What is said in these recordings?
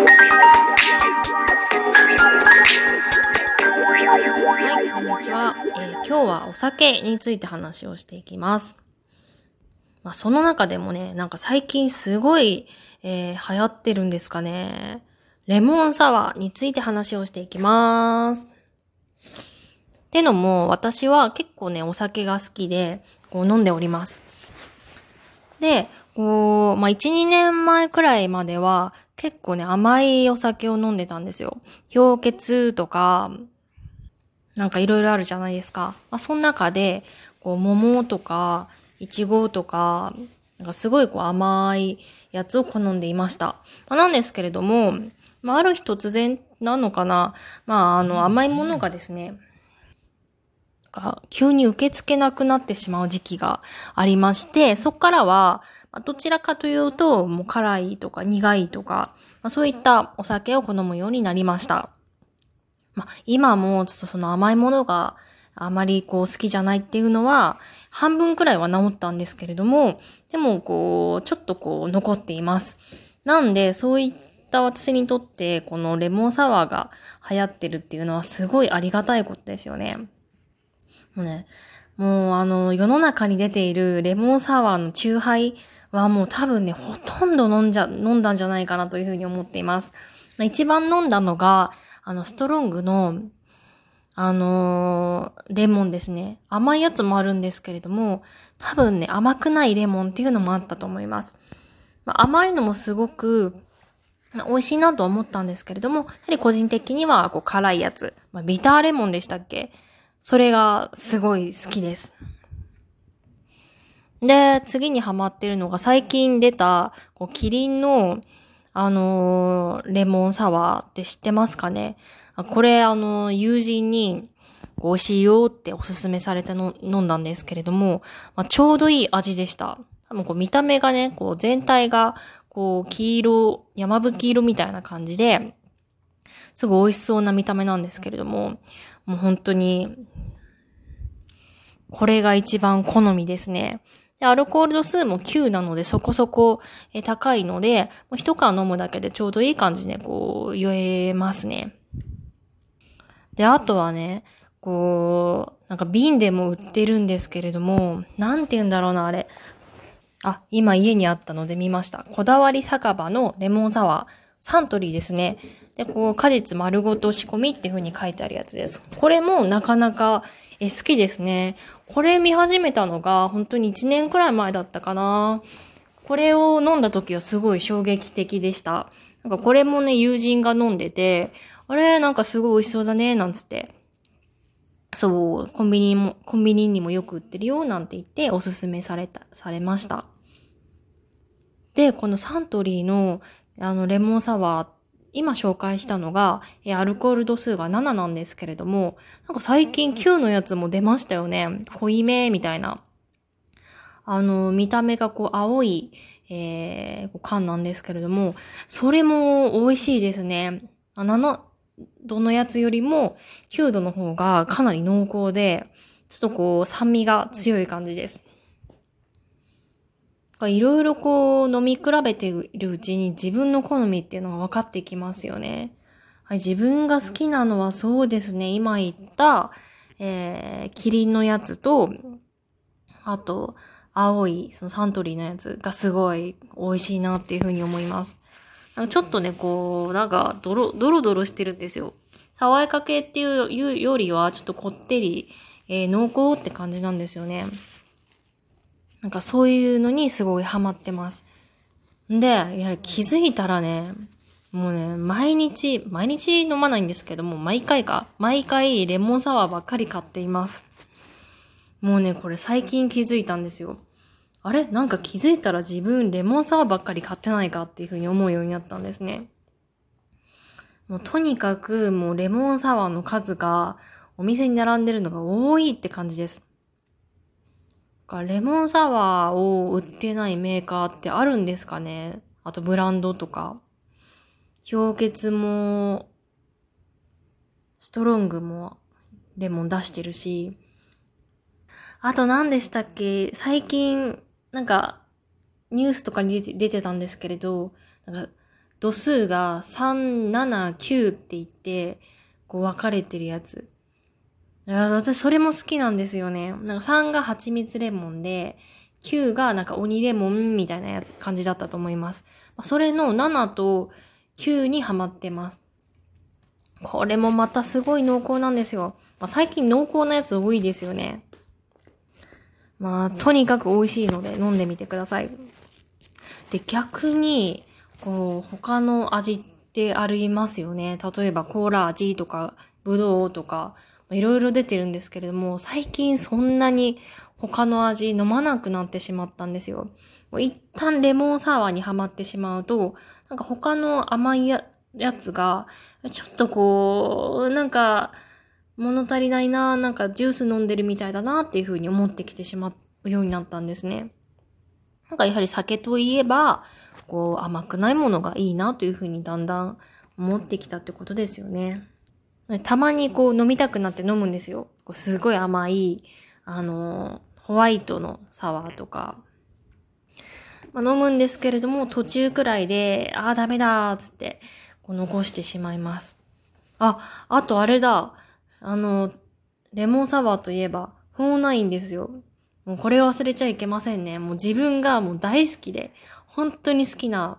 こんにちは。今日はお酒について話をしていきます。その中でもね、なんか最近すごい、流行ってるんですかね。レモンサワーについて話をしていきます。ってのも、私は結構ね、お酒が好きで、飲んでおります。で、1、2年前くらいまでは、結構ね、甘いお酒を飲んでたんですよ。氷結とか、なんかいろいろあるじゃないですか。その中で、桃とか、いちごとか、なんかすごい甘いやつを好んでいました。なんですけれども、ある日突然なのかな。甘いものがですね、急に受け付けなくなってしまう時期がありまして、そこからは、どちらかというと、もう辛いとか苦いとか、そういったお酒を好むようになりました。今もちょっとその甘いものがあまり好きじゃないっていうのは、半分くらいは治ったんですけれども、でもちょっと残っています。なんで、そういった私にとって、このレモンサワーが流行ってるっていうのはすごいありがたいことですよね。世の中に出ているレモンサワーのチューハイはもう多分ね、ほとんど飲んだんじゃないかなというふうに思っています。一番飲んだのが、ストロングの、レモンですね。甘いやつもあるんですけれども、多分ね、甘くないレモンっていうのもあったと思います。甘いのもすごく、美味しいなと思ったんですけれども、やはり個人的には辛いやつ。ビターレモンでしたっけ？それがすごい好きです。で、次にハマってるのが最近出た、キリンの、レモンサワーって知ってますかね？これ、友人に、美味しいよっておすすめされて飲んだんですけれども、ちょうどいい味でした。多分見た目がね、全体が、黄色、山吹色みたいな感じで、すごい美味しそうな見た目なんですけれども、もう本当に、これが一番好みですね。でアルコール度数も9なのでそこそこ高いので、一缶飲むだけでちょうどいい感じで酔えますね。で、あとはね、なんか瓶でも売ってるんですけれども、なんて言うんだろうな、あれ。今家にあったので見ました。こだわり酒場のレモンサワー。サントリーですね。で、果実丸ごと仕込みっていう風に書いてあるやつです。これもなかなか好きですね。これ見始めたのが本当に1年くらい前だったかな。これを飲んだ時はすごい衝撃的でした。なんかこれもね、友人が飲んでて、あれ、なんかすごい美味しそうだね、なんつって。そう、コンビニにもよく売ってるよ、なんて言っておすすめされました。で、このサントリーの、レモンサワー、今紹介したのが、アルコール度数が7なんですけれども、なんか最近9のやつも出ましたよね。濃いめみたいな。見た目が青い、缶なんですけれども、それも美味しいですね。7度のやつよりも9度の方がかなり濃厚で、ちょっと酸味が強い感じです。いろいろ飲み比べているうちに自分の好みっていうのが分かってきますよね。はい、自分が好きなのはそうですね、今言った、キリンのやつと、あと、青い、そのサントリーのやつがすごい美味しいなっていうふうに思います。ちょっとね、なんか、ドロドロしてるんですよ。爽やか系っていうよりは、ちょっとこってり、濃厚って感じなんですよね。なんかそういうのにすごいハマってます。で、やはり気づいたらね、もうね、毎日飲まないんですけども、毎回レモンサワーばっかり買っています。もうね、これ最近気づいたんですよ。あれなんか気づいたら自分レモンサワーばっかり買ってないかっていうふうに思うようになったんですね。もうとにかくもうレモンサワーの数がお店に並んでるのが多いって感じです。レモンサワーを売ってないメーカーってあるんですかね？あとブランドとか。氷結も、ストロングもレモン出してるし。あと何でしたっけ？最近、なんか、ニュースとかに出てたんですけれど、なんか、 度数が3、7、9って言って、こう分かれてるやつ。私それも好きなんですよね。なんか3が蜂蜜レモンで、9がなんか鬼レモンみたいな感じだったと思います。それの7と9にハマってます。これもまたすごい濃厚なんですよ。最近濃厚なやつ多いですよね。とにかく美味しいので飲んでみてください。で、逆に、他の味ってありますよね。例えばコーラ味とか、ブドウとか、いろいろ出てるんですけれども、最近そんなに他の味飲まなくなってしまったんですよ。一旦レモンサワーにはまってしまうと、なんか他の甘いやつが、ちょっと物足りないな、なんかジュース飲んでるみたいだなっていう風に思ってきてしまうようになったんですね。なんかやはり酒といえば、甘くないものがいいなという風にだんだん思ってきたってことですよね。たまに飲みたくなって飲むんですよ。すごい甘い、ホワイトのサワーとか。飲むんですけれども、途中くらいで、ダメだーつって、残してしまいます。あとあれだ。レモンサワーといえば、49ですよ。もうこれ忘れちゃいけませんね。もう自分がもう大好きで、本当に好きな、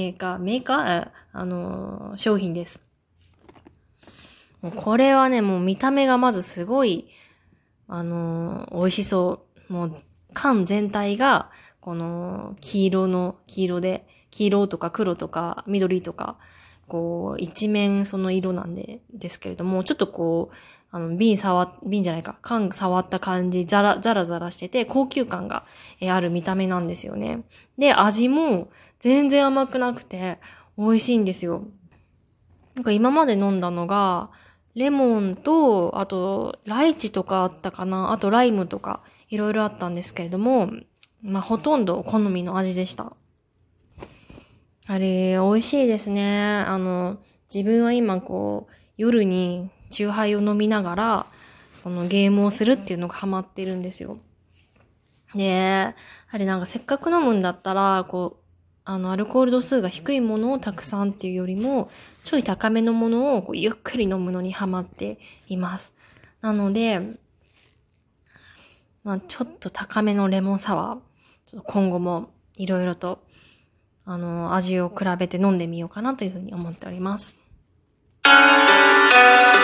商品です。もうこれはね、もう見た目がまずすごい、美味しそう。もう、缶全体が、黄色とか黒とか緑とか、一面その色ですけれども、ちょっと瓶じゃないか、缶触った感じ、ザラザラしてて、高級感がある見た目なんですよね。で、味も全然甘くなくて、美味しいんですよ。なんか今まで飲んだのが、レモンと、あと、ライチとかあったかな、あとライムとか、いろいろあったんですけれども、ほとんど好みの味でした。あれ、美味しいですね。自分は今夜にチューハイを飲みながら、このゲームをするっていうのがハマってるんですよ。で、やはりなんかせっかく飲むんだったら、アルコール度数が低いものをたくさんっていうよりも、ちょい高めのものをゆっくり飲むのにハマっています。なので、ちょっと高めのレモンサワー、今後もいろいろと味を比べて飲んでみようかなというふうに思っております。